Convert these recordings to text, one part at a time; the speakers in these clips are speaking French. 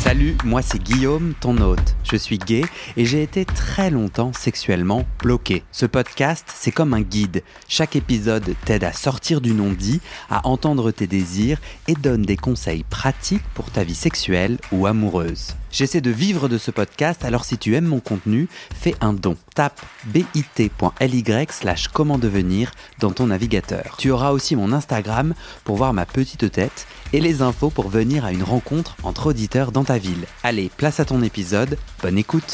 Salut, moi c'est Guillaume, ton hôte. Je suis gay et j'ai été très longtemps sexuellement bloqué. Ce podcast, c'est comme un guide. Chaque épisode t'aide à sortir du non-dit, à entendre tes désirs et donne des conseils pratiques pour ta vie sexuelle ou amoureuse. J'essaie de vivre de ce podcast, alors si tu aimes mon contenu, fais un don. Tape bit.ly/comment devenir dans ton navigateur. Tu auras aussi mon Instagram pour voir ma petite tête et les infos pour venir à une rencontre entre auditeurs dans ta ville. Allez, place à ton épisode, bonne écoute.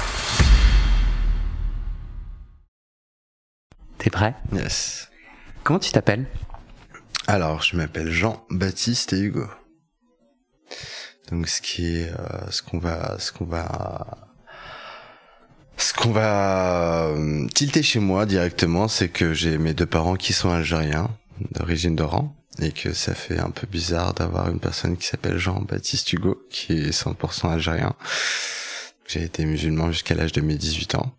T'es prêt ? Yes. Comment tu t'appelles ? Alors, je m'appelle Jean-Baptiste et Hugo. Donc, ce qu'on va tilter chez moi directement, c'est que j'ai mes deux parents qui sont algériens, d'origine d'Oran, et que ça fait un peu bizarre d'avoir une personne qui s'appelle Jean-Baptiste Hugo, qui est 100% algérien. J'ai été musulman jusqu'à l'âge de mes 18 ans.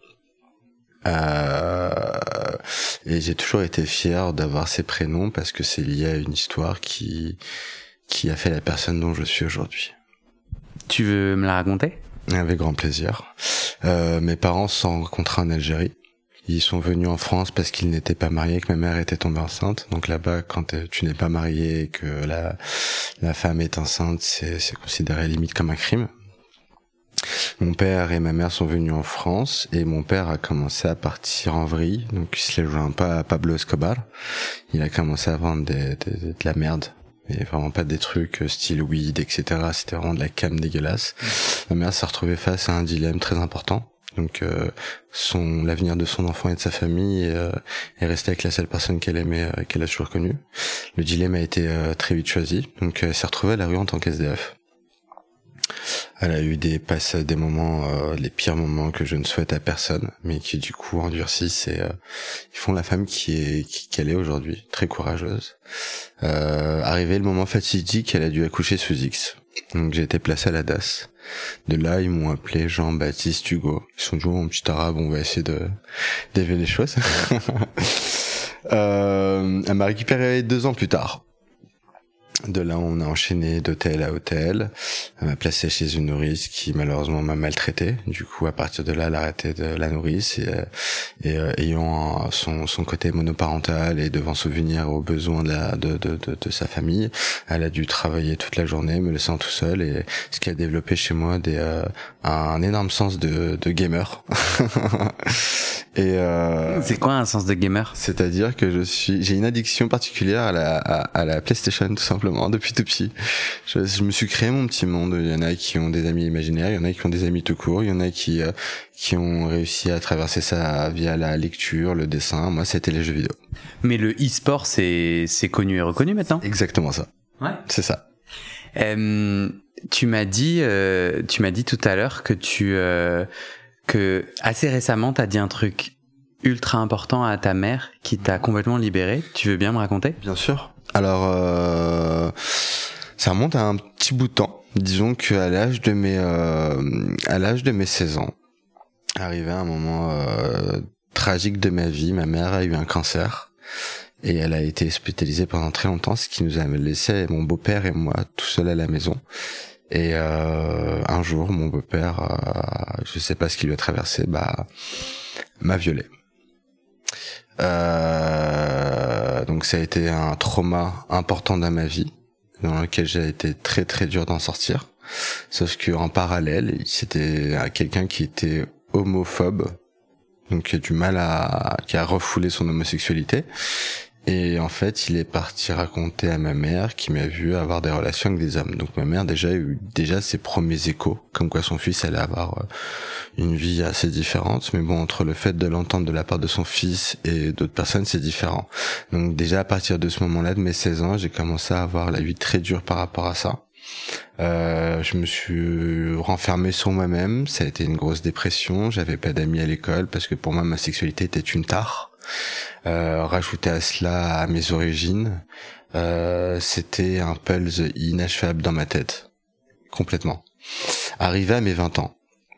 Et j'ai toujours été fier d'avoir ces prénoms parce que c'est lié à une histoire qui a fait la personne dont je suis aujourd'hui. Tu veux me la raconter ? Avec grand plaisir. Mes parents se sont rencontrés en Algérie. Ils sont venus en France parce qu'ils n'étaient pas mariés, que ma mère était tombée enceinte. Donc là-bas, quand tu n'es pas marié et que la femme est enceinte, c'est considéré limite comme un crime. Mon père et ma mère sont venus en France et mon père a commencé à partir en vrille. Donc il se les joint pas à Pablo Escobar. Il a commencé à vendre de la merde. Et vraiment pas des trucs style weed, etc. C'était vraiment de la cam dégueulasse. Ma mère s'est retrouvée face à un dilemme très important. Donc l'avenir de son enfant et de sa famille est resté avec la seule personne qu'elle aimait, qu'elle a toujours connue. Le dilemme a été très vite choisi. Donc elle s'est retrouvée à la rue en tant qu'SDF. Elle a eu des moments, les pires moments que je ne souhaite à personne, mais qui du coup endurcissent et ils font la femme qu'elle est aujourd'hui, très courageuse. Arrivé le moment fatidique, elle a dû accoucher sous X. Donc j'ai été placé à la DAS. De là, ils m'ont appelé Jean-Baptiste Hugo. Ils se sont dit, oh, mon petit arabe, on va essayer d'élever les choses. Elle m'a récupéré 2 ans plus tard. De là, on a enchaîné d'hôtel à hôtel. Elle m'a placé chez une nourrice qui malheureusement m'a maltraité. Du coup, à partir de là, elle a arrêté de la nourrice et ayant son côté monoparental et devant souvenir aux besoins de sa famille, elle a dû travailler toute la journée, me laissant tout seul, et ce qui a développé chez moi un énorme sens de gamer. Et c'est quoi un sens de gamer ? C'est-à-dire que j'ai une addiction particulière à la PlayStation, tout simplement, depuis tout petit. Je me suis créé mon petit monde. Il y en a qui ont des amis imaginaires, il y en a qui ont des amis tout court, il y en a qui ont réussi à traverser ça via la lecture, le dessin. Moi, c'était les jeux vidéo. Mais le e-sport, c'est connu et reconnu maintenant ? Exactement ça. Ouais. C'est ça. Tu m'as dit tout à l'heure que que assez récemment t'as dit un truc ultra important à ta mère qui t'a complètement libéré. Tu veux bien me raconter ? Bien sûr. Alors ça remonte à un petit bout de temps. Disons que à l'âge de mes 16 ans, arrivé un moment tragique de ma vie, ma mère a eu un cancer et elle a été hospitalisée pendant très longtemps, ce qui nous a laissé mon beau-père et moi tout seuls à la maison. Et un jour, mon beau-père, je sais pas ce qui lui a traversé, m'a violé. Donc ça a été un trauma important dans ma vie, dans lequel j'ai été très très dur d'en sortir. Sauf que en parallèle, c'était quelqu'un qui était homophobe, donc qui a refoulé son homosexualité. Et en fait, il est parti raconter à ma mère qu'il m'a vu avoir des relations avec des hommes. Donc ma mère a eu ses premiers échos, comme quoi son fils allait avoir une vie assez différente. Mais bon, entre le fait de l'entendre de la part de son fils et d'autres personnes, c'est différent. Donc déjà à partir de ce moment-là, de mes 16 ans, j'ai commencé à avoir la vie très dure par rapport à ça. Je me suis renfermé sur moi-même, ça a été une grosse dépression, j'avais pas d'amis à l'école parce que pour moi ma sexualité était une tare. Rajouter à cela à mes origines, c'était un puzzle inachevable dans ma tête, complètement. Arrivé à mes 20 ans,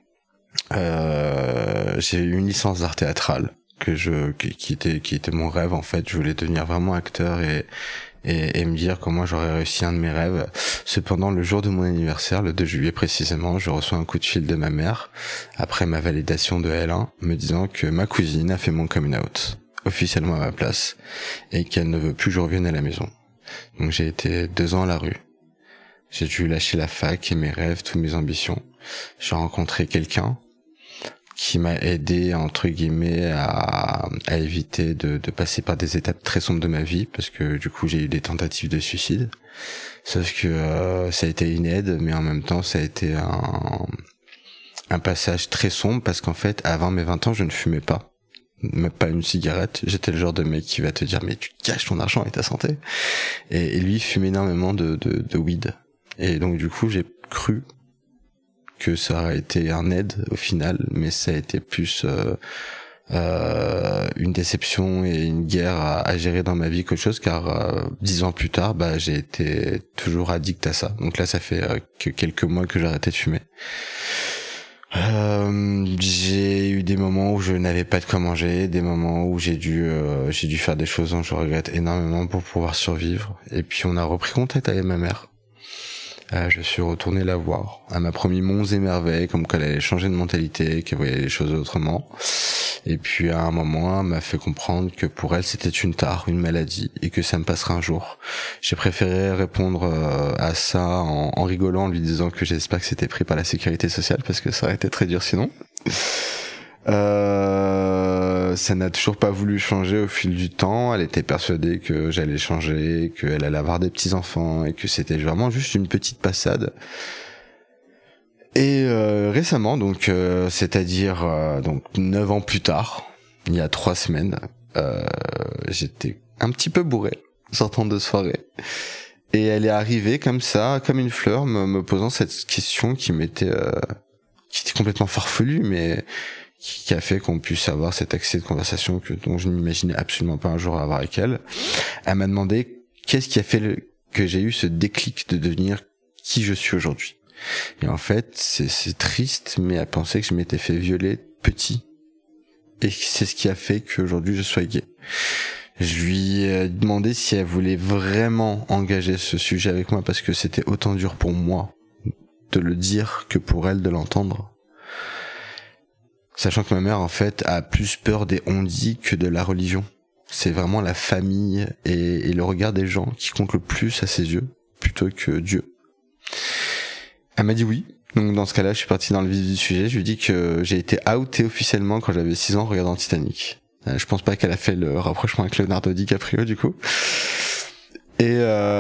j'ai eu une licence d'art théâtral qui était mon rêve en fait. Je voulais devenir vraiment acteur et me dire comment j'aurais réussi un de mes rêves. Cependant, le jour de mon anniversaire, le 2 juillet précisément, je reçois un coup de fil de ma mère, après ma validation de L1, me disant que ma cousine a fait mon coming out, officiellement à ma place, et qu'elle ne veut plus que je revienne à la maison. Donc j'ai été 2 ans à la rue. J'ai dû lâcher la fac et mes rêves, toutes mes ambitions. J'ai rencontré quelqu'un qui m'a aidé, entre guillemets, à éviter de passer par des étapes très sombres de ma vie, parce que du coup j'ai eu des tentatives de suicide. Sauf que ça a été une aide, mais en même temps ça a été un passage très sombre, parce qu'en fait, avant mes 20 ans, je ne fumais pas. Même pas une cigarette. J'étais le genre de mec qui va te dire mais tu gâches ton argent et ta santé. Et lui fumait énormément de weed. Et donc du coup j'ai cru que ça aurait été un aide au final, mais ça a été plus une déception et une guerre à gérer dans ma vie qu'autre chose, car 10 ans plus tard, j'ai été toujours addict à ça. Donc là, ça fait que quelques mois que j'ai arrêté de fumer. J'ai eu des moments où je n'avais pas de quoi manger, des moments où j'ai dû faire des choses dont je regrette énormément pour pouvoir survivre. Et puis on a repris contact avec ma mère. Je suis retourné la voir. Elle m'a promis monts et merveilles, comme qu'elle allait changer de mentalité, qu'elle voyait les choses autrement. Et puis à un moment, elle m'a fait comprendre que pour elle, c'était une tare, une maladie, et que ça me passera un jour. J'ai préféré répondre à ça en rigolant, en lui disant que j'espère que c'était pris par la sécurité sociale, parce que ça aurait été très dur sinon. Ça n'a toujours pas voulu changer au fil du temps. Elle était persuadée que j'allais changer, qu'elle allait avoir des petits-enfants et que c'était vraiment juste une petite passade. Et récemment, donc c'est-à-dire donc 9 ans plus tard, il y a 3 semaines, j'étais un petit peu bourré, sortant de soirée. Et elle est arrivée comme ça, comme une fleur, me posant cette question qui était complètement farfelue, mais qui a fait qu'on puisse avoir cet accès de conversation dont je n'imaginais absolument pas un jour avoir avec elle. Elle m'a demandé qu'est-ce qui a fait que j'ai eu ce déclic de devenir qui je suis aujourd'hui. Et en fait, c'est triste, mais elle pensait que je m'étais fait violer petit. Et c'est ce qui a fait qu'aujourd'hui je sois gay. Je lui ai demandé si elle voulait vraiment engager ce sujet avec moi, parce que c'était autant dur pour moi de le dire que pour elle de l'entendre. Sachant que ma mère, en fait, a plus peur des on-dit que de la religion. C'est vraiment la famille et le regard des gens qui compte le plus à ses yeux, plutôt que Dieu. Elle m'a dit oui. Donc dans ce cas-là, je suis parti dans le vif du sujet. Je lui ai dit que j'ai été outé officiellement quand j'avais 6 ans en regardant Titanic. Je pense pas qu'elle a fait le rapprochement avec Leonardo DiCaprio, du coup. Et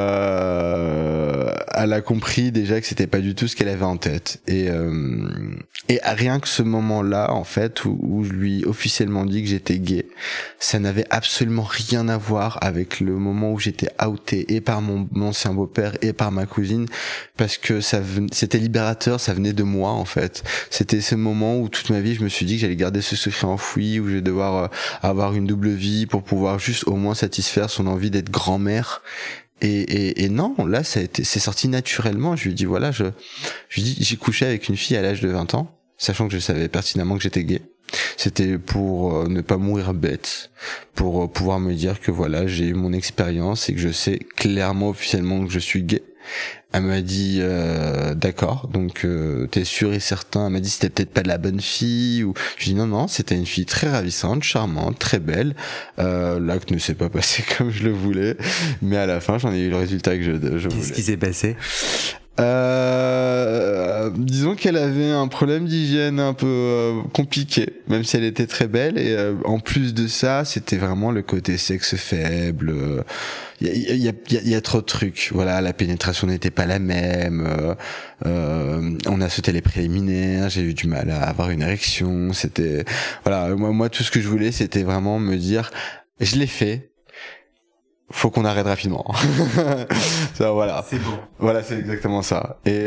elle a compris déjà que c'était pas du tout ce qu'elle avait en tête. Et rien que ce moment-là, en fait, où je lui officiellement dit que j'étais gay, ça n'avait absolument rien à voir avec le moment où j'étais outé et par mon ancien beau-père et par ma cousine, parce que c'était libérateur, ça venait de moi, en fait. C'était ce moment où toute ma vie, je me suis dit que j'allais garder ce secret enfoui, où je vais devoir avoir une double vie pour pouvoir juste au moins satisfaire son envie d'être grand-mère. Et non, là, c'est sorti naturellement. Je lui dis voilà, j'ai couché avec une fille à l'âge de 20 ans, sachant que je savais pertinemment que j'étais gay. C'était pour ne pas mourir bête, pour pouvoir me dire que voilà, j'ai eu mon expérience et que je sais clairement officiellement que je suis gay. Elle m'a dit d'accord, donc t'es sûr et certain. Elle m'a dit c'était peut-être pas de la bonne fille, ou je dis non, c'était une fille très ravissante, charmante, très belle. L'acte ne s'est pas passé comme je le voulais, mais à la fin j'en ai eu le résultat que je voulais. Qu'est-ce qui s'est passé? Disons qu'elle avait un problème d'hygiène un peu compliqué, même si elle était très belle, et en plus de ça, c'était vraiment le côté sexe faible. Il y a trop de trucs. Voilà, la pénétration n'était pas la même. On a sauté les préliminaires. J'ai eu du mal à avoir une érection. C'était voilà. Moi, tout ce que je voulais, c'était vraiment me dire, je l'ai fait. Faut qu'on arrête rapidement. Ça, voilà. C'est bon. Voilà, c'est exactement ça. Et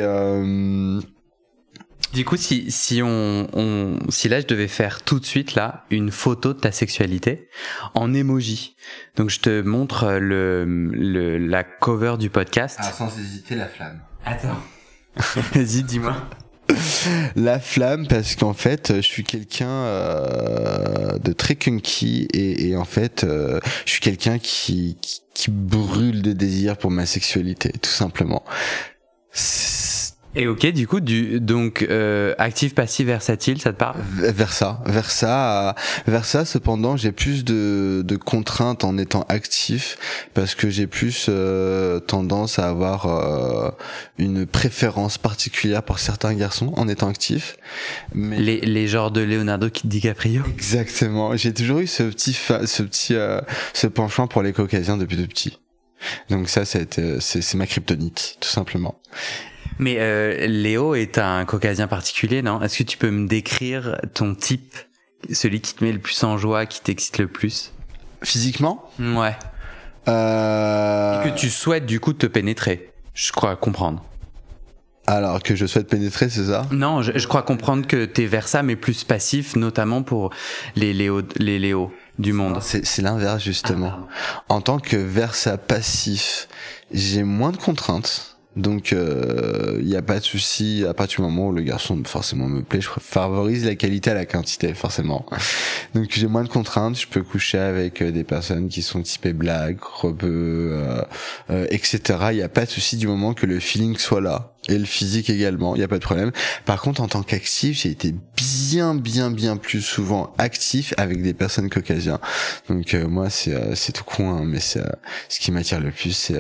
du coup, si là je devais faire tout de suite là une photo de ta sexualité en emoji. Donc je te montre la cover du podcast. Ah, sans hésiter, la flamme. Attends. Vas-y, dis-moi. La flamme, parce qu'en fait, je suis quelqu'un de très kunky et en fait, je suis quelqu'un qui brûle de désir pour ma sexualité, tout simplement. Et ok, du coup, actif, passif, versatile, ça te parle? Vers ça. Cependant, j'ai plus de contraintes en étant actif parce que j'ai plus tendance à avoir une préférence particulière pour certains garçons en étant actif. Mais les genres de Leonardo DiCaprio. Exactement. J'ai toujours eu ce penchant pour les Caucasiens depuis tout petit. Donc ça, c'est ma kryptonite, tout simplement. Mais Léo est un caucasien particulier, non? Est-ce que tu peux me décrire ton type, celui qui te met le plus en joie, qui t'excite le plus? Physiquement? Ouais. Et que tu souhaites du coup te pénétrer, je crois comprendre. Alors que je souhaite pénétrer, c'est ça? Non, je crois comprendre que t'es vers ça, mais plus passif, notamment pour les Léo du monde. C'est l'inverse justement. En tant que Versa passif, j'ai moins de contraintes. Donc y a pas de souci à partir du moment où le garçon forcément me plaît, je favorise la qualité à la quantité forcément. Donc j'ai moins de contraintes, je peux coucher avec des personnes qui sont typées blagues, rebeux, etc. Y a pas de souci du moment que le feeling soit là et le physique également, y a pas de problème. Par contre en tant qu'actif, j'ai été bien plus souvent actif avec des personnes caucasiennes. Donc moi c'est tout con hein, mais c'est ce qui m'attire le plus, c'est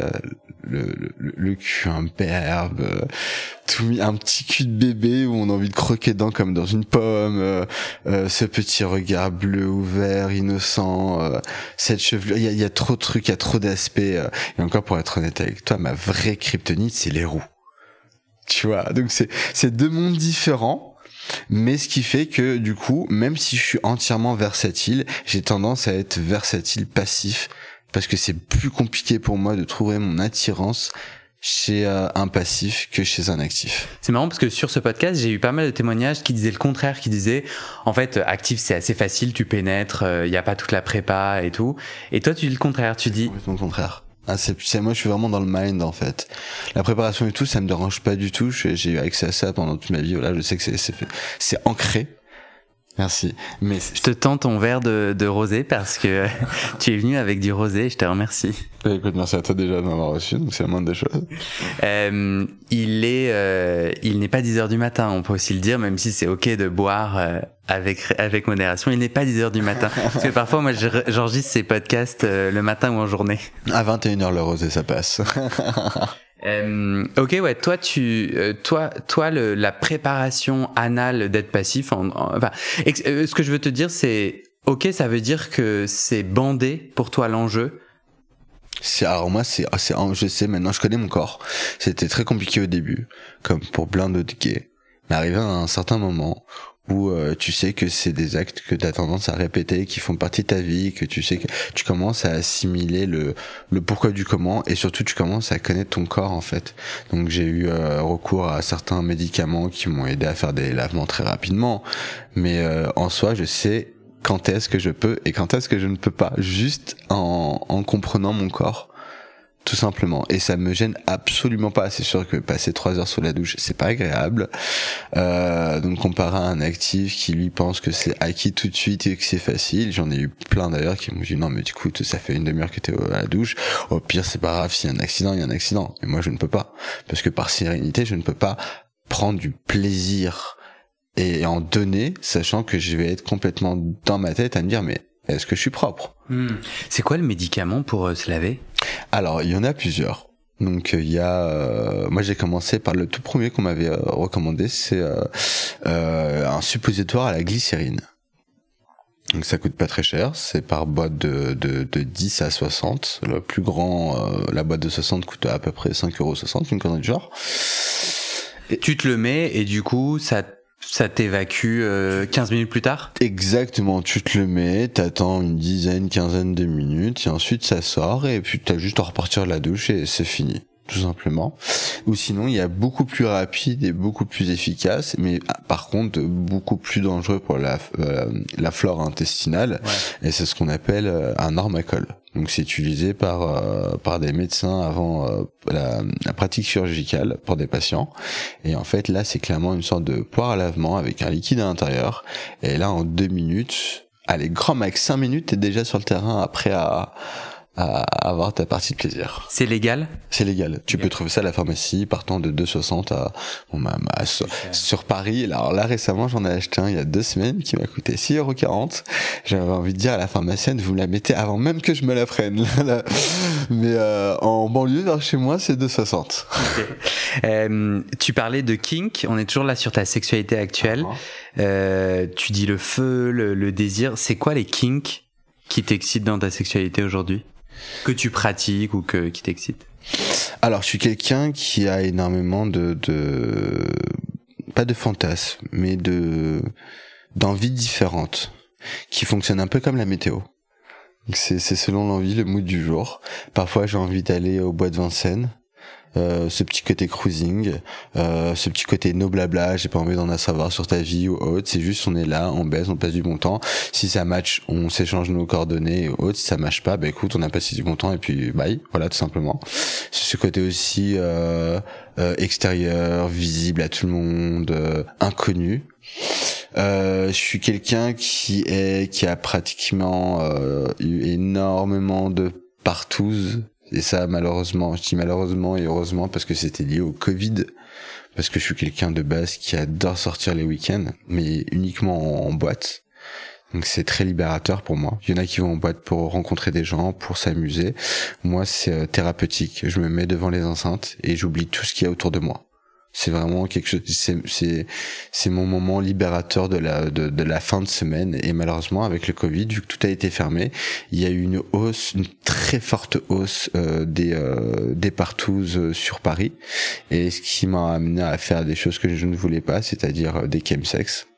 le cul imberbe, tout mis, un petit cul de bébé où on a envie de croquer dedans comme dans une pomme, ce petit regard bleu ouvert, innocent, cette chevelure, il y a trop de trucs, il y a trop d'aspects, et encore pour être honnête avec toi, ma vraie kryptonite c'est les roues. Tu vois, donc c'est deux mondes différents. Mais ce qui fait que du coup, même si je suis entièrement versatile, j'ai tendance à être versatile passif parce que c'est plus compliqué pour moi de trouver mon attirance chez un passif que chez un actif. C'est marrant parce que sur ce podcast, j'ai eu pas mal de témoignages qui disaient le contraire, qui disaient en fait actif c'est assez facile, tu pénètres, il y a pas toute la prépa et tout. Et toi tu dis le contraire, tu dis le contraire. Ah, c'est moi je suis vraiment dans le mind en fait. La préparation et tout ça me dérange pas du tout, j'ai eu accès à ça pendant toute ma vie, voilà, je sais que c'est ancré. Merci. Mais je te tends ton verre de rosé parce que tu es venu avec du rosé, je te remercie. Écoute, merci à toi déjà de m'avoir reçu, donc c'est la moindre des choses. Il n'est pas 10h du matin, on peut aussi le dire, même si c'est ok de boire avec modération. Il n'est pas 10h du matin. Parce que parfois, moi, j'enregistre ces podcasts le matin ou en journée. À 21h le rosé, ça passe. Ok, ouais, toi, la préparation anale d'être passif, ce que je veux te dire, c'est, ok, ça veut dire que c'est bandé pour toi l'enjeu. Alors moi, je sais maintenant, je connais mon corps. C'était très compliqué au début, comme pour plein d'autres gays. Mais arrivé à un certain moment où tu sais que c'est des actes que tu as tendance à répéter, qui font partie de ta vie, que tu sais que tu commences à assimiler le pourquoi du comment, et surtout tu commences à connaître ton corps en fait. Donc j'ai eu recours à certains médicaments qui m'ont aidé à faire des lavements très rapidement, mais en soi je sais quand est-ce que je peux et quand est-ce que je ne peux pas, juste en comprenant mon corps. Tout simplement. Et ça me gêne absolument pas. C'est sûr que passer 3 heures sous la douche, c'est pas agréable. Donc comparé à un actif qui lui pense que c'est acquis tout de suite et que c'est facile. J'en ai eu plein d'ailleurs qui m'ont dit non mais du coup ça fait une demi-heure que t'es à la douche. Au pire c'est pas grave, s'il y a un accident, il y a un accident. Et moi je ne peux pas. Parce que par sérénité, je ne peux pas prendre du plaisir et en donner, sachant que je vais être complètement dans ma tête à me dire mais est-ce que je suis propre? C'est quoi le médicament pour se laver? Alors, il y en a plusieurs. Donc, il y a... moi, j'ai commencé par le tout premier qu'on m'avait recommandé, c'est un suppositoire à la glycérine. Donc, ça coûte pas très cher. C'est par boîte de 10 à 60. Le plus grand, la boîte de 60 coûte à peu près 5,60 €, une connerie du genre. Et tu te le mets et du coup, ça t'évacue 15 minutes plus tard? Exactement, tu te le mets, t'attends une quinzaine de minutes et ensuite ça sort et puis t'as juste à repartir de la douche et c'est fini, tout simplement. Ou sinon il y a beaucoup plus rapide et beaucoup plus efficace, mais par contre beaucoup plus dangereux pour la flore intestinale, ouais. Et c'est ce qu'on appelle un Normacol. Donc c'est utilisé par des médecins avant la pratique chirurgicale pour des patients. Et en fait là c'est clairement une sorte de poire à lavement avec un liquide à l'intérieur. Et là en 2 minutes, allez grand max 5 minutes, t'es déjà sur le terrain après à avoir ta partie de plaisir. C'est légal ? C'est légal. Tu peux trouver ça à la pharmacie, partant de 2,60 sur Paris. Alors là, récemment, j'en ai acheté un il y a 2 semaines qui m'a coûté 6,40 €. J'avais envie de dire à la pharmacienne, vous me la mettez avant même que je me la prenne. Mais en banlieue, vers chez moi, c'est 2,60 €. Tu parlais de kink. On est toujours là sur ta sexualité actuelle. Tu dis le feu, le désir. C'est quoi les kinks qui t'excitent dans ta sexualité aujourd'hui ? Que tu pratiques ou qui t'excite? Alors, je suis quelqu'un qui a énormément pas de fantasmes, mais d'envies différentes, qui fonctionnent un peu comme la météo. C'est selon l'envie, le mood du jour. Parfois, j'ai envie d'aller au bois de Vincennes. Ce petit côté cruising, ce petit côté no blabla, j'ai pas envie d'en savoir sur ta vie ou autre, c'est juste on est là, on baise, on passe du bon temps. Si ça match, on s'échange nos coordonnées ou autre. Si ça match pas, bah écoute, on a passé du bon temps et puis bye, voilà tout simplement. C'est ce côté aussi extérieur, visible à tout le monde, inconnu. Je suis quelqu'un qui a pratiquement eu énormément de partous. Et ça, malheureusement, je dis malheureusement et heureusement parce que c'était lié au Covid, parce que je suis quelqu'un de base qui adore sortir les week-ends, mais uniquement en boîte. Donc c'est très libérateur pour moi. Il y en a qui vont en boîte pour rencontrer des gens, pour s'amuser. Moi, c'est thérapeutique. Je me mets devant les enceintes et j'oublie tout ce qu'il y a autour de moi. C'est vraiment quelque chose, c'est mon moment libérateur de la fin de semaine. Et malheureusement, avec le Covid, vu que tout a été fermé, il y a eu une très forte hausse des partouzes sur Paris. Et ce qui m'a amené à faire des choses que je ne voulais pas, c'est-à-dire des chemsex.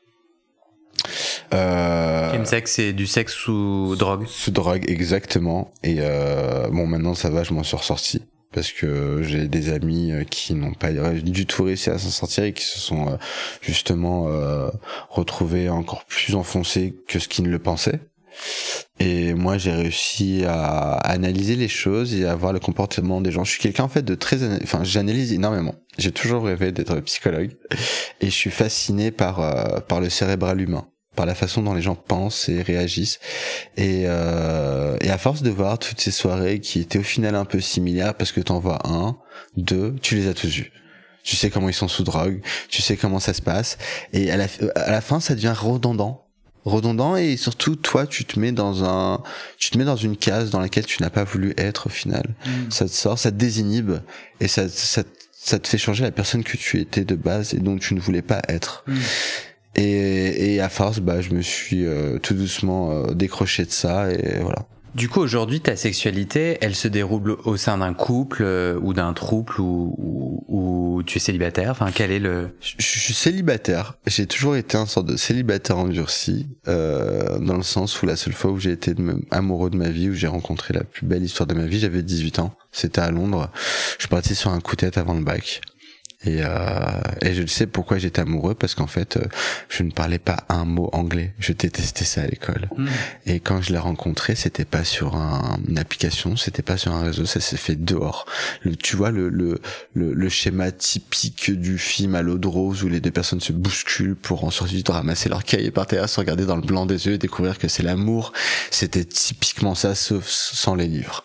Chemsex, c'est du sexe sous drogue. Sous drogue, exactement. Et bon, maintenant ça va, je m'en suis ressorti. Parce que j'ai des amis qui n'ont pas du tout réussi à s'en sortir et qui se sont justement retrouvés encore plus enfoncés que ce qu'ils ne le pensaient. Et moi, j'ai réussi à analyser les choses et à voir le comportement des gens. Je suis quelqu'un en fait j'analyse énormément. J'ai toujours rêvé d'être psychologue et je suis fasciné par le cérébral humain, par la façon dont les gens pensent et réagissent. Et à force de voir toutes ces soirées qui étaient au final un peu similaires, parce que t'en vois 1, 2, tu les as tous vus. Tu sais comment ils sont sous drogue, tu sais comment ça se passe, et à la fin, ça devient redondant, et surtout, toi, tu te mets dans une case dans laquelle tu n'as pas voulu être au final. Ça te sort, ça te désinhibe, et ça te fait changer la personne que tu étais de base et dont tu ne voulais pas être. Et à force, je me suis tout doucement décroché de ça et voilà. Du coup, aujourd'hui, ta sexualité, elle se déroule au sein d'un couple ou d'un trouble ou tu es célibataire. Enfin, quel est le... Je suis célibataire. J'ai toujours été un sorte de célibataire endurci, dans le sens où la seule fois où j'ai été amoureux de ma vie, où j'ai rencontré la plus belle histoire de ma vie, j'avais 18 ans. C'était à Londres. Je suis parti sur un coup de tête avant le bac. Et je sais pourquoi j'étais amoureux, parce qu'en fait je ne parlais pas un mot anglais, je détestais ça à l'école. Et quand je l'ai rencontré, c'était pas sur une application, c'était pas sur un réseau, ça s'est fait dehors. Tu vois le schéma typique du film à l'eau de rose où les deux personnes se bousculent pour ensuite ramasser leur cahier par terre, se regarder dans le blanc des yeux et découvrir que c'est l'amour. C'était typiquement ça, sauf sans les livres.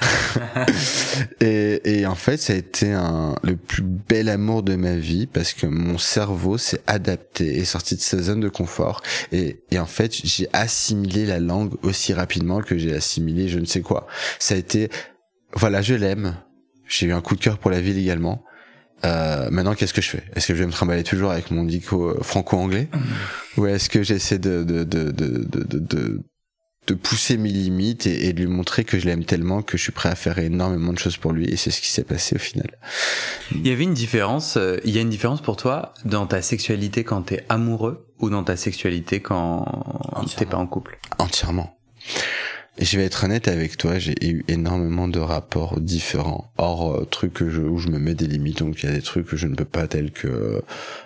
et en fait ça a été le plus bel amour de ma vie, parce que mon cerveau s'est adapté et sorti de sa zone de confort, et en fait j'ai assimilé la langue aussi rapidement que j'ai assimilé je ne sais quoi. Ça a été, voilà, je l'aime, j'ai eu un coup de cœur pour la ville également. Maintenant, qu'est-ce que je fais? Est-ce que je vais me trimballer toujours avec mon dico franco-anglais, ou est-ce que j'essaie de pousser mes limites et de lui montrer que je l'aime tellement que je suis prêt à faire énormément de choses pour lui, et c'est ce qui s'est passé au final. Il y a une différence pour toi dans ta sexualité quand t'es amoureux ou dans ta sexualité quand t'es pas en couple? Entièrement. Et je vais être honnête avec toi, j'ai eu énormément de rapports différents, hors trucs où je me mets des limites. Donc il y a des trucs que je ne peux pas, tels que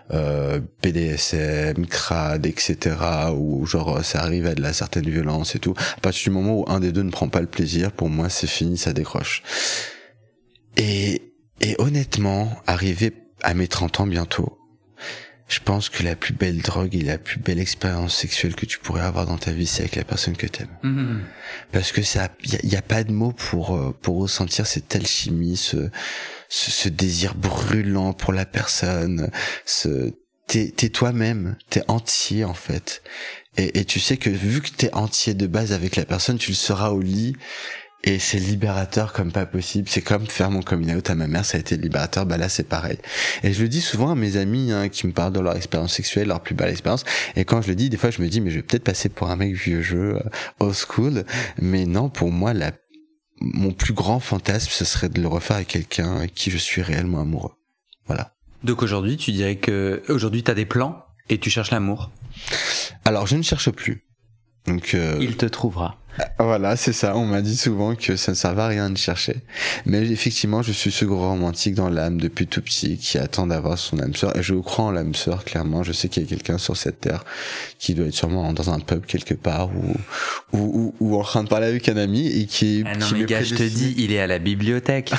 BDSM, crade, etc. Où genre ça arrive à de la certaine violence et tout. À partir du moment où un des deux ne prend pas le plaisir, pour moi c'est fini, ça décroche. Et honnêtement, arrivé à mes 30 ans bientôt, je pense que la plus belle drogue et la plus belle expérience sexuelle que tu pourrais avoir dans ta vie, c'est avec la personne que t'aimes. Mmh. Parce que y a pas de mots pour ressentir cette alchimie, ce désir brûlant pour la personne, t'es toi-même, t'es entier en fait. Et tu sais que vu que t'es entier de base avec la personne, tu le seras au lit. Et c'est libérateur comme pas possible. C'est comme faire mon coming out à ma mère, ça a été libérateur. Bah là, c'est pareil. Et je le dis souvent à mes amis qui me parlent de leur expérience sexuelle, leur plus belle expérience. Et quand je le dis, des fois, je me dis, mais je vais peut-être passer pour un mec vieux jeu, old school. Mais non, pour moi, mon plus grand fantasme, ce serait de le refaire avec quelqu'un avec qui je suis réellement amoureux. Voilà. Donc aujourd'hui, tu dirais que aujourd'hui, t'as des plans et tu cherches l'amour. Alors, je ne cherche plus. Donc, il te trouvera. Voilà, c'est ça. On m'a dit souvent que ça ne servait à rien de chercher. Mais effectivement, je suis ce gros romantique dans l'âme depuis tout petit qui attend d'avoir son âme sœur. Et je crois en l'âme sœur, clairement. Je sais qu'il y a quelqu'un sur cette terre qui doit être sûrement dans un pub quelque part ou en train de parler avec un ami et qui... Ah non, mais gars, je te dis, il est à la bibliothèque.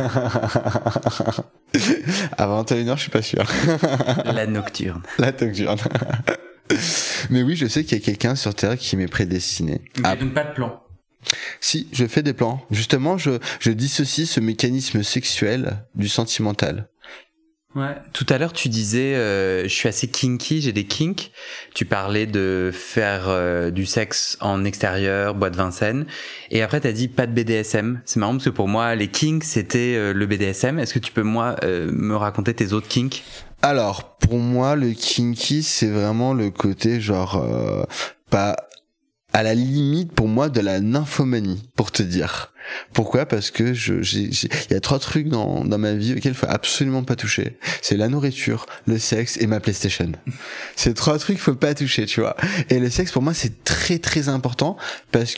À 21h, je suis pas sûr. La nocturne. La nocturne. Mais oui, je sais qu'il y a quelqu'un sur Terre qui m'est prédestiné. Mais donc pas de plan. Si, je fais des plans. Justement, je dissocie ce mécanisme sexuel du sentimental. Ouais. Tout à l'heure, tu disais, je suis assez kinky, j'ai des kinks. Tu parlais de faire du sexe en extérieur, boîte Vincennes. Et après, t'as dit pas de BDSM. C'est marrant parce que pour moi, les kinks, c'était le BDSM. Est-ce que tu peux, me raconter tes autres kinks ? Alors, pour moi, le kinky, c'est vraiment le côté genre pas à la limite pour moi de la nymphomanie, pour te dire. Pourquoi ? Parce que il y a 3 trucs dans ma vie auxquels il faut absolument pas toucher. C'est la nourriture, le sexe et ma PlayStation. C'est 3 trucs qu'il faut pas toucher, tu vois. Et le sexe pour moi c'est très très important parce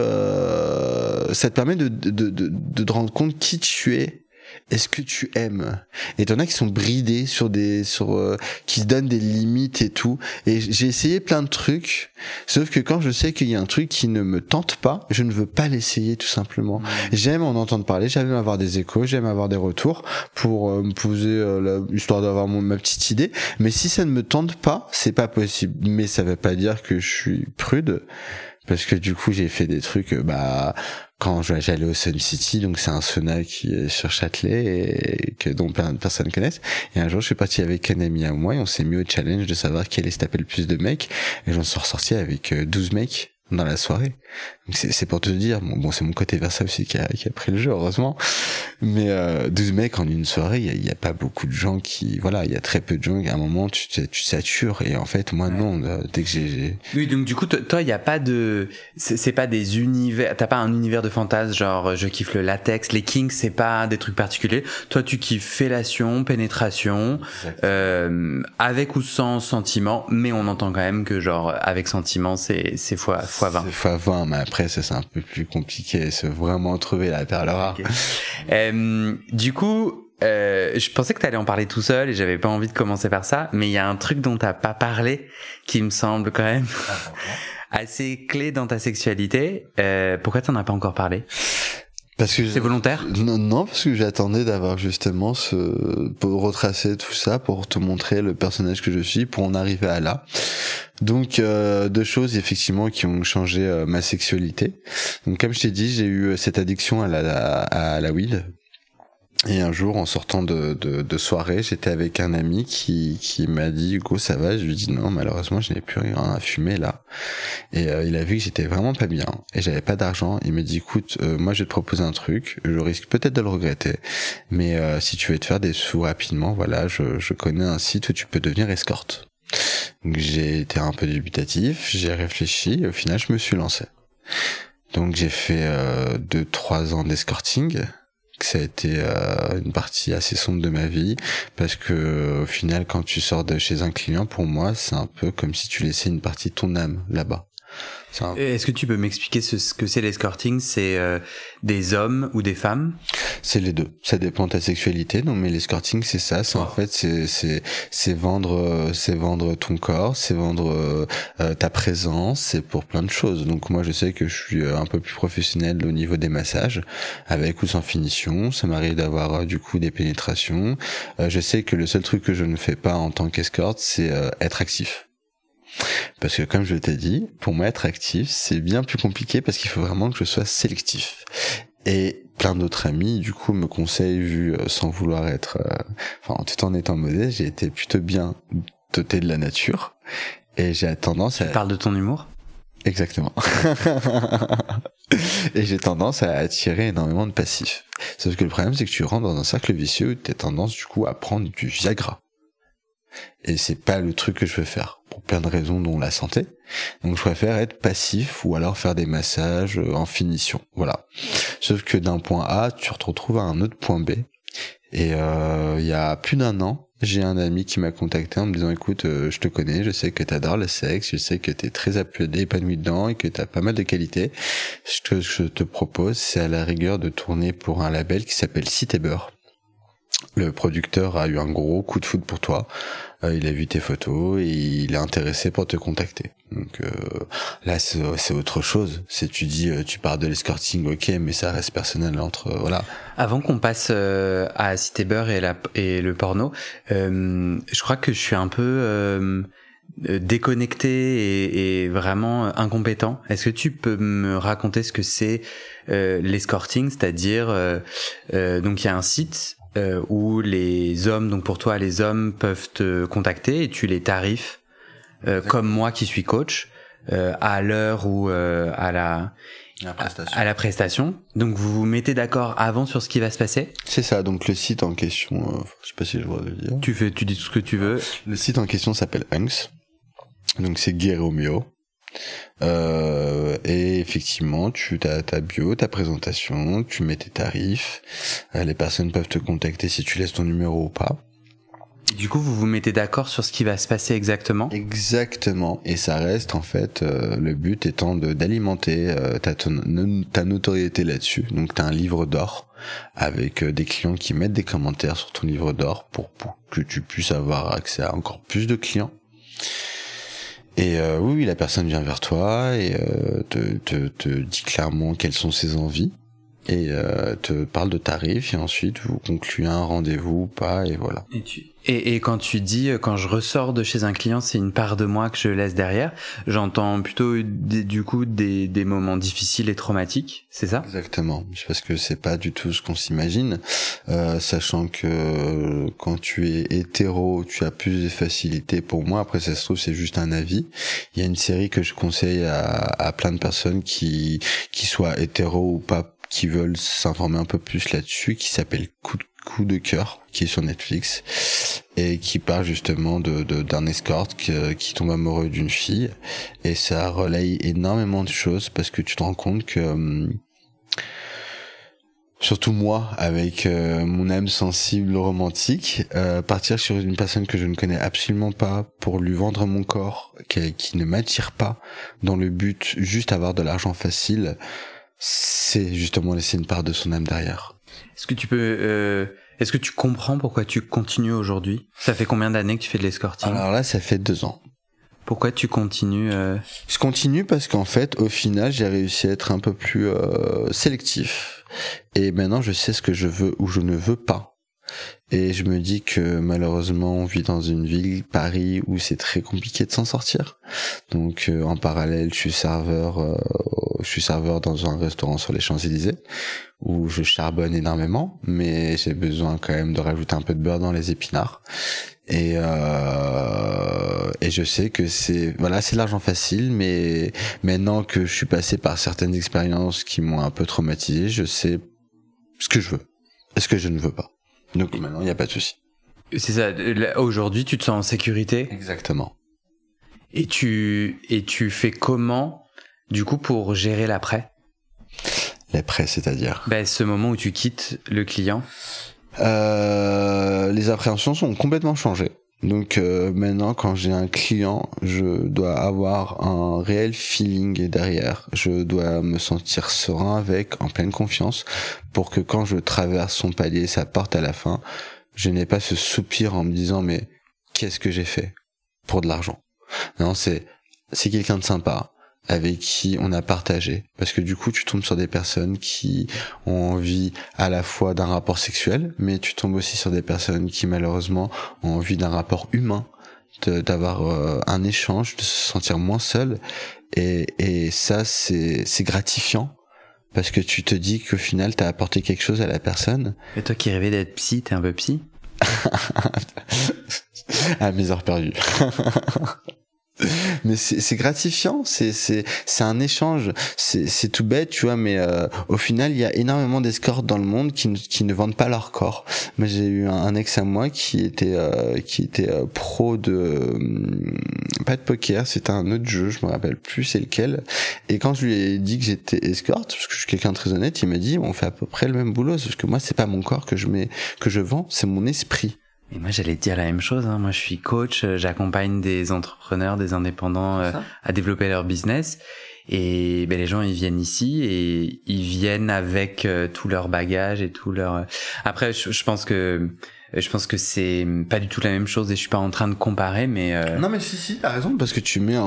que ça te permet de te rendre compte qui tu es. Est-ce que tu aimes ? Et t'en as qui sont bridés qui se donnent des limites et tout. Et j'ai essayé plein de trucs, sauf que quand je sais qu'il y a un truc qui ne me tente pas, je ne veux pas l'essayer tout simplement. J'aime en entendre parler, j'aime avoir des échos, j'aime avoir des retours pour me poser histoire d'avoir ma petite idée. Mais si ça ne me tente pas, c'est pas possible. Mais ça veut pas dire que je suis prude. Parce que du coup j'ai fait des trucs quand j'allais au Sun City, donc c'est un sauna qui est sur Châtelet et dont plein de personnes connaissent, et un jour je suis parti avec un ami à moi et on s'est mis au challenge de savoir qui allait se taper le plus de mecs, et j'en suis ressorti avec 12 mecs dans la soirée. Donc c'est pour te dire, bon c'est mon côté Versa aussi qui a pris le jeu, heureusement, mais 12 mecs en une soirée, il y a pas beaucoup de gens qui, voilà, il y a très peu de gens, à un moment tu satures, et en fait moi non, dès que j'ai... Oui, donc du coup toi il y a pas de, c'est pas des univers, t'as pas un univers de fantasme genre je kiffe le latex, les kinks, c'est pas des trucs particuliers. Toi tu kiffes fellation, pénétration, avec ou sans sentiment, mais on entend quand même que genre avec sentiment c'est x20. C'est x20, mais après ça c'est un peu plus compliqué, c'est vraiment trouver la perle rare. Okay. Du coup, je pensais que t'allais en parler tout seul et j'avais pas envie de commencer par ça, mais il y a un truc dont t'as pas parlé qui me semble quand même assez clé dans ta sexualité. Pourquoi t'en as pas encore parlé ? Parce que c'est volontaire ? Non, parce que j'attendais d'avoir justement pour retracer tout ça, pour te montrer le personnage que je suis, pour en arriver à là. Donc 2 choses effectivement qui ont changé ma sexualité. Donc comme je t'ai dit, j'ai eu cette addiction à la weed. Et un jour, en sortant de soirée, j'étais avec un ami qui m'a dit Hugo, ça va ? Je lui ai dit non, malheureusement, je n'ai plus rien à fumer là. Et il a vu que j'étais vraiment pas bien et j'avais pas d'argent. Il m'a dit écoute, moi je vais te proposer un truc, je risque peut-être de le regretter, mais si tu veux te faire des sous rapidement, voilà, je connais un site où tu peux devenir escorte. Donc j'ai été un peu dubitatif, j'ai réfléchi et au final je me suis lancé. Donc j'ai fait 2-3 ans d'escorting. Ça a été une partie assez sombre de ma vie parce que au final quand tu sors de chez un client, pour moi c'est un peu comme si tu laissais une partie de ton âme là-bas. Est-ce que tu peux m'expliquer ce que c'est l'escorting? C'est des hommes ou des femmes? C'est les deux. Ça dépend de ta sexualité. Non, mais l'escorting, c'est ça. C'est en fait, c'est vendre ton corps, c'est vendre ta présence. C'est pour plein de choses. Donc moi, je sais que je suis un peu plus professionnel au niveau des massages, avec ou sans finition. Ça m'arrive d'avoir du coup des pénétrations. Je sais que le seul truc que je ne fais pas en tant qu'escorte, c'est être actif. Parce que comme je t'ai dit, pour moi être actif, c'est bien plus compliqué parce qu'il faut vraiment que je sois sélectif. Et plein d'autres amis, du coup, me conseillent, vu sans vouloir être... tout en étant modeste, j'ai été plutôt bien doté de la nature. Et j'ai tendance à... Tu parles de ton humour ? Exactement. Et j'ai tendance à attirer énormément de passifs. Sauf que le problème, c'est que tu rentres dans un cercle vicieux où tu as tendance, du coup, à prendre du Viagra. Et c'est pas le truc que je veux faire, pour plein de raisons, dont la santé. Donc je préfère être passif ou alors faire des massages en finition. Voilà. Sauf que d'un point A, tu te retrouves à un autre point B. Et il y a plus d'un an, j'ai un ami qui m'a contacté en me disant écoute, je te connais, je sais que t'adores le sexe, je sais que t'es très épanoui dedans et que t'as pas mal de qualités. Ce que je te propose, c'est à la rigueur de tourner pour un label qui s'appelle Cité Beurre. Le producteur a eu un gros coup de foudre pour toi. Il a vu tes photos et il est intéressé pour te contacter. Donc là, c'est autre chose. Tu parles de l'escorting, ok, mais ça reste personnel entre voilà. Avant qu'on passe à Cité Beurre et le porno, je crois que je suis un peu déconnecté et vraiment incompétent. Est-ce que tu peux me raconter ce que c'est l'escorting, c'est-à-dire donc il y a un site où les hommes, donc pour toi les hommes peuvent te contacter et tu les tarifes comme moi qui suis coach à l'heure ou à la prestation. Donc vous vous mettez d'accord avant sur ce qui va se passer? C'est ça, donc le site en question, je sais pas si j'ai le droit de le dire. Tu dis tout ce que tu veux. Le site en question s'appelle Hunks. Donc c'est Gay Romeo. Et effectivement, tu as ta bio, ta présentation, tu mets tes tarifs, les personnes peuvent te contacter si tu laisses ton numéro ou pas. Du coup, vous vous mettez d'accord sur ce qui va se passer exactement? Exactement, et ça reste en fait le but étant d'alimenter ta notoriété là-dessus. Donc t'as un livre d'or avec des clients qui mettent des commentaires sur ton livre d'or pour que tu puisses avoir accès à encore plus de clients. Et oui, la personne vient vers toi et te dit clairement quelles sont ses envies et te parle de tarifs et ensuite vous concluez un rendez-vous ou pas et voilà. Et quand tu dis quand je ressors de chez un client, c'est une part de moi que je laisse derrière, j'entends plutôt des moments difficiles et traumatiques, c'est ça? Exactement, parce que c'est pas du tout ce qu'on s'imagine, sachant que quand tu es hétéro, tu as plus de facilité. Pour moi, après ça se trouve c'est juste un avis. Il y a une série que je conseille à plein de personnes qui soient hétéro ou pas, qui veulent s'informer un peu plus là-dessus, qui s'appelle Coup de cœur, qui est sur Netflix et qui parle justement d'un escorte qui tombe amoureux d'une fille, et ça relaye énormément de choses parce que tu te rends compte que surtout moi avec mon âme sensible romantique, partir sur une personne que je ne connais absolument pas pour lui vendre mon corps qui ne m'attire pas dans le but juste avoir de l'argent facile, c'est justement laisser une part de son âme derrière. Est-ce que tu comprends pourquoi tu continues aujourd'hui? Ça fait combien d'années que tu fais de l'escorting? Alors là, ça fait 2 ans. Pourquoi tu continues Je continue parce qu'en fait, au final, j'ai réussi à être un peu plus sélectif. Et maintenant, je sais ce que je veux ou je ne veux pas. Et je me dis que malheureusement, on vit dans une ville, Paris, où c'est très compliqué de s'en sortir. Donc en parallèle, je suis serveur dans un restaurant sur les Champs-Élysées, où je charbonne énormément, mais j'ai besoin quand même de rajouter un peu de beurre dans les épinards. Et je sais que c'est l'argent facile, mais maintenant que je suis passé par certaines expériences qui m'ont un peu traumatisé, je sais ce que je veux et ce que je ne veux pas. Donc maintenant, il n'y a pas de souci. C'est ça. Aujourd'hui, tu te sens en sécurité? Exactement. Et tu fais comment, du coup, pour gérer l'après? L'après, c'est-à-dire? Ce moment où tu quittes le client. Les appréhensions sont complètement changées. Donc maintenant, quand j'ai un client, je dois avoir un réel feeling derrière. Je dois me sentir serein avec, en pleine confiance, pour que quand je traverse son palier, sa porte à la fin, je n'ai pas ce soupir en me disant mais qu'est-ce que j'ai fait pour de l'argent. Non, c'est quelqu'un de sympa avec qui on a partagé, parce que du coup tu tombes sur des personnes qui ont envie à la fois d'un rapport sexuel, mais tu tombes aussi sur des personnes qui malheureusement ont envie d'un rapport humain, d'avoir un échange, de se sentir moins seul, et ça c'est gratifiant, parce que tu te dis qu'au final t'as apporté quelque chose à la personne. Et toi qui rêvais d'être psy, t'es un peu psy? À mes heures perdues. Mais c'est gratifiant, c'est un échange, c'est tout bête, tu vois, mais au final il y a énormément d'escortes dans le monde qui ne vendent pas leur corps. Moi j'ai eu un ex à moi qui était pro de pas de poker, c'était un autre jeu, je me rappelle plus c'est lequel, et quand je lui ai dit que j'étais escorte, parce que je suis quelqu'un de très honnête, il m'a dit on fait à peu près le même boulot, parce que moi c'est pas mon corps que je vends, c'est mon esprit. Et moi, j'allais te dire la même chose, hein. Moi, je suis coach, j'accompagne des entrepreneurs, des indépendants à développer leur business. Et ben, les gens, ils viennent ici et ils viennent avec tout leur bagage et tout leur... Après, je pense que c'est pas du tout la même chose et je suis pas en train de comparer, mais... Non, mais si, t'as raison, parce que tu mets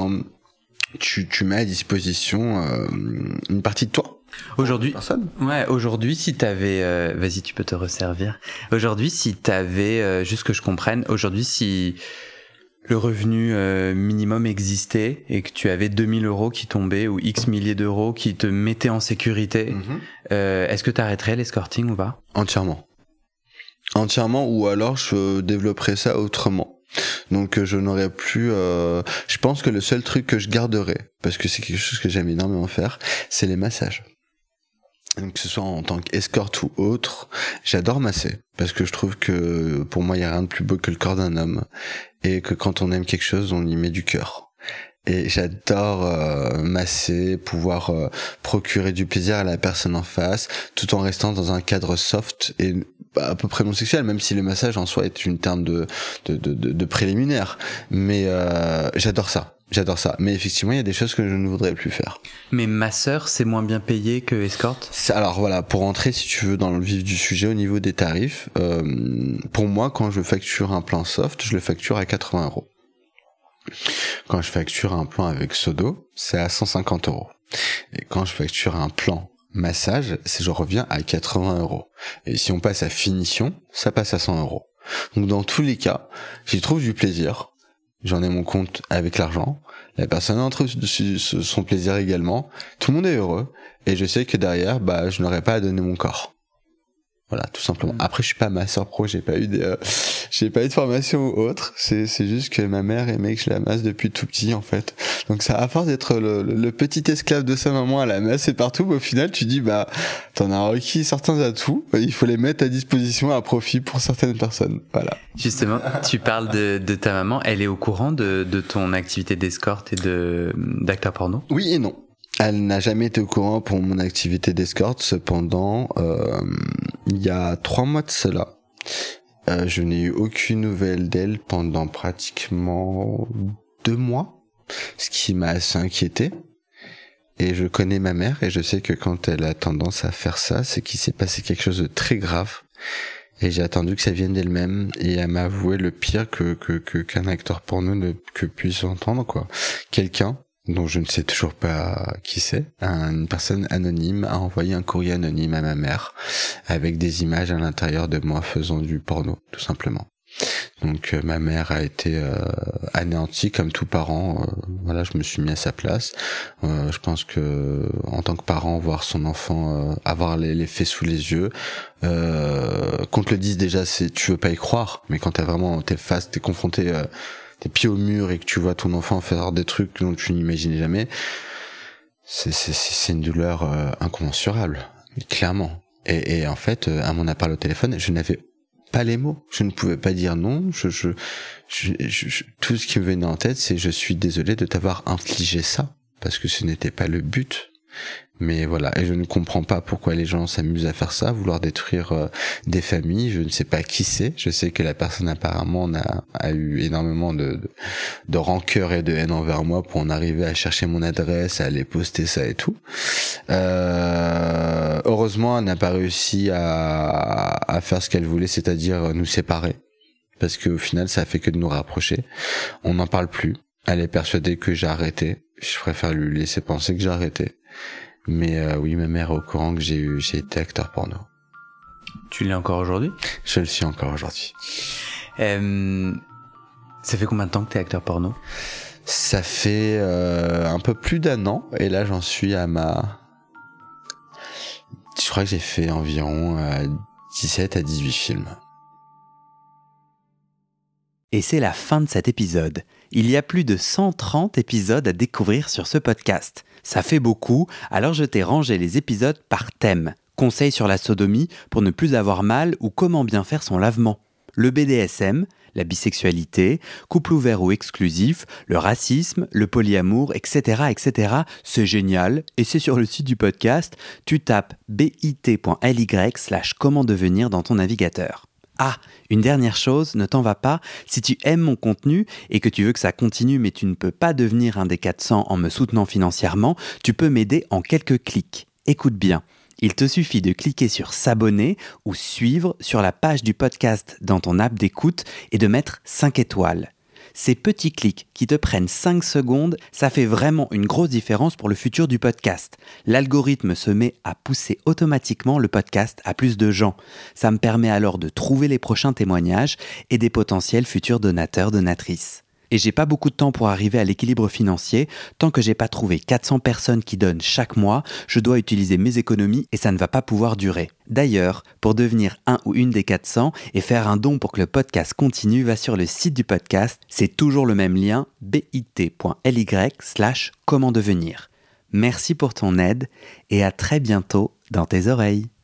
à disposition une partie de toi. Aujourd'hui, si t'avais, vas-y, tu peux te resservir. Aujourd'hui, si t'avais, juste que je comprenne, aujourd'hui, si le revenu minimum existait et que tu avais 2000 € qui tombaient ou X milliers d'euros qui te mettaient en sécurité, est-ce que t'arrêterais l'escorting ou pas? Entièrement, ou alors je développerais ça autrement. Donc je n'aurais plus je pense que le seul truc que je garderais, parce que c'est quelque chose que j'aime énormément faire, c'est les massages. Donc que ce soit en tant qu'escorte ou autre, j'adore masser, parce que je trouve que pour moi il y a rien de plus beau que le corps d'un homme, et que quand on aime quelque chose on y met du cœur. Et j'adore masser, pouvoir procurer du plaisir à la personne en face, tout en restant dans un cadre soft et à peu près non sexuel, même si le massage en soi est une terme de préliminaire. Mais j'adore ça. Mais effectivement, il y a des choses que je ne voudrais plus faire. Mais masseur, c'est moins bien payé que escorte? Alors voilà, pour entrer, si tu veux, dans le vif du sujet, au niveau des tarifs, pour moi, quand je facture un plan soft, je le facture à 80 €. Quand je facture un plan avec Sodo, c'est à 150 €. Et quand je facture un plan massage, je reviens à 80 €. Et si on passe à finition, ça passe à 100 €. Donc dans tous les cas, j'y trouve du plaisir. J'en ai mon compte avec l'argent. La personne en trouve son plaisir également. Tout le monde est heureux. Et je sais que derrière, je n'aurai pas à donner mon corps. Voilà, tout simplement. Après, je suis pas masseur pro, j'ai pas eu de formation ou autre. C'est juste que ma mère aimait que je la masse depuis tout petit, en fait. Donc ça, à force d'être le petit esclave de sa maman à la masse et partout, au final, tu dis, t'en as requis certains atouts, il faut les mettre à disposition à profit pour certaines personnes. Voilà. Justement, tu parles de ta maman, elle est au courant de ton activité d'escorte et d'acteur porno? Oui et non. Elle n'a jamais été au courant pour mon activité d'escorte. Cependant, il y a 3 mois de cela, je n'ai eu aucune nouvelle d'elle pendant pratiquement 2 mois, ce qui m'a assez inquiété. Et je connais ma mère et je sais que quand elle a tendance à faire ça, c'est qu'il s'est passé quelque chose de très grave. Et j'ai attendu que ça vienne d'elle-même et elle m'a avoué le pire qu'un acteur porno que puisse entendre, quoi. Quelqu'un dont je ne sais toujours pas qui c'est, une personne anonyme a envoyé un courrier anonyme à ma mère avec des images à l'intérieur de moi faisant du porno, tout simplement. Donc ma mère a été anéantie comme tout parent. Voilà, je me suis mis à sa place. Je pense que en tant que parent, voir son enfant avoir les faits sous les yeux, qu'on te le dise déjà, tu veux pas y croire, mais quand t'es face, t'es confronté tes pieds au mur et que tu vois ton enfant faire des trucs dont tu n'imaginais jamais, c'est une douleur incommensurable, clairement. Et en fait, à mon appel au téléphone, je n'avais pas les mots. Je ne pouvais pas dire non. Tout ce qui me venait en tête, c'est je suis désolé de t'avoir infligé ça, parce que ce n'était pas le but. Mais voilà, et je ne comprends pas pourquoi les gens s'amusent à faire ça, vouloir détruire des familles. Je ne sais pas qui c'est. Je sais que la personne apparemment a eu énormément de rancœur et de haine envers moi pour en arriver à chercher mon adresse, à aller poster ça et tout. Heureusement, elle n'a pas réussi à faire ce qu'elle voulait, c'est-à-dire nous séparer. Parce qu'au final, ça a fait que de nous rapprocher. On n'en parle plus. Elle est persuadée que j'ai arrêté. Je préfère lui laisser penser que j'ai arrêté. Mais oui, ma mère est au courant que j'ai été acteur porno. Tu l'es encore aujourd'hui ? Je le suis encore aujourd'hui. Ça fait combien de temps que t'es acteur porno ? Ça fait un peu plus d'1 an. Et là, j'en suis à Je crois que j'ai fait environ 17 à 18 films. Et c'est la fin de cet épisode. Il y a plus de 130 épisodes à découvrir sur ce podcast. Ça fait beaucoup, alors je t'ai rangé les épisodes par thème. Conseils sur la sodomie pour ne plus avoir mal ou comment bien faire son lavement. Le BDSM, la bisexualité, couple ouvert ou exclusif, le racisme, le polyamour, etc. etc. C'est génial et c'est sur le site du podcast. Tu tapes bit.ly/comment devenir dans ton navigateur. Ah, une dernière chose, ne t'en va pas, si tu aimes mon contenu et que tu veux que ça continue mais tu ne peux pas devenir un des 400 en me soutenant financièrement, tu peux m'aider en quelques clics. Écoute bien, il te suffit de cliquer sur s'abonner ou suivre sur la page du podcast dans ton app d'écoute et de mettre 5 étoiles. Ces petits clics qui te prennent 5 secondes, ça fait vraiment une grosse différence pour le futur du podcast. L'algorithme se met à pousser automatiquement le podcast à plus de gens. Ça me permet alors de trouver les prochains témoignages et des potentiels futurs donateurs, donatrices. Et j'ai pas beaucoup de temps pour arriver à l'équilibre financier. Tant que j'ai pas trouvé 400 personnes qui donnent chaque mois, je dois utiliser mes économies et ça ne va pas pouvoir durer. D'ailleurs, pour devenir un ou une des 400 et faire un don pour que le podcast continue, va sur le site du podcast. C'est toujours le même lien, bit.ly/comment devenir. Merci pour ton aide et à très bientôt dans tes oreilles.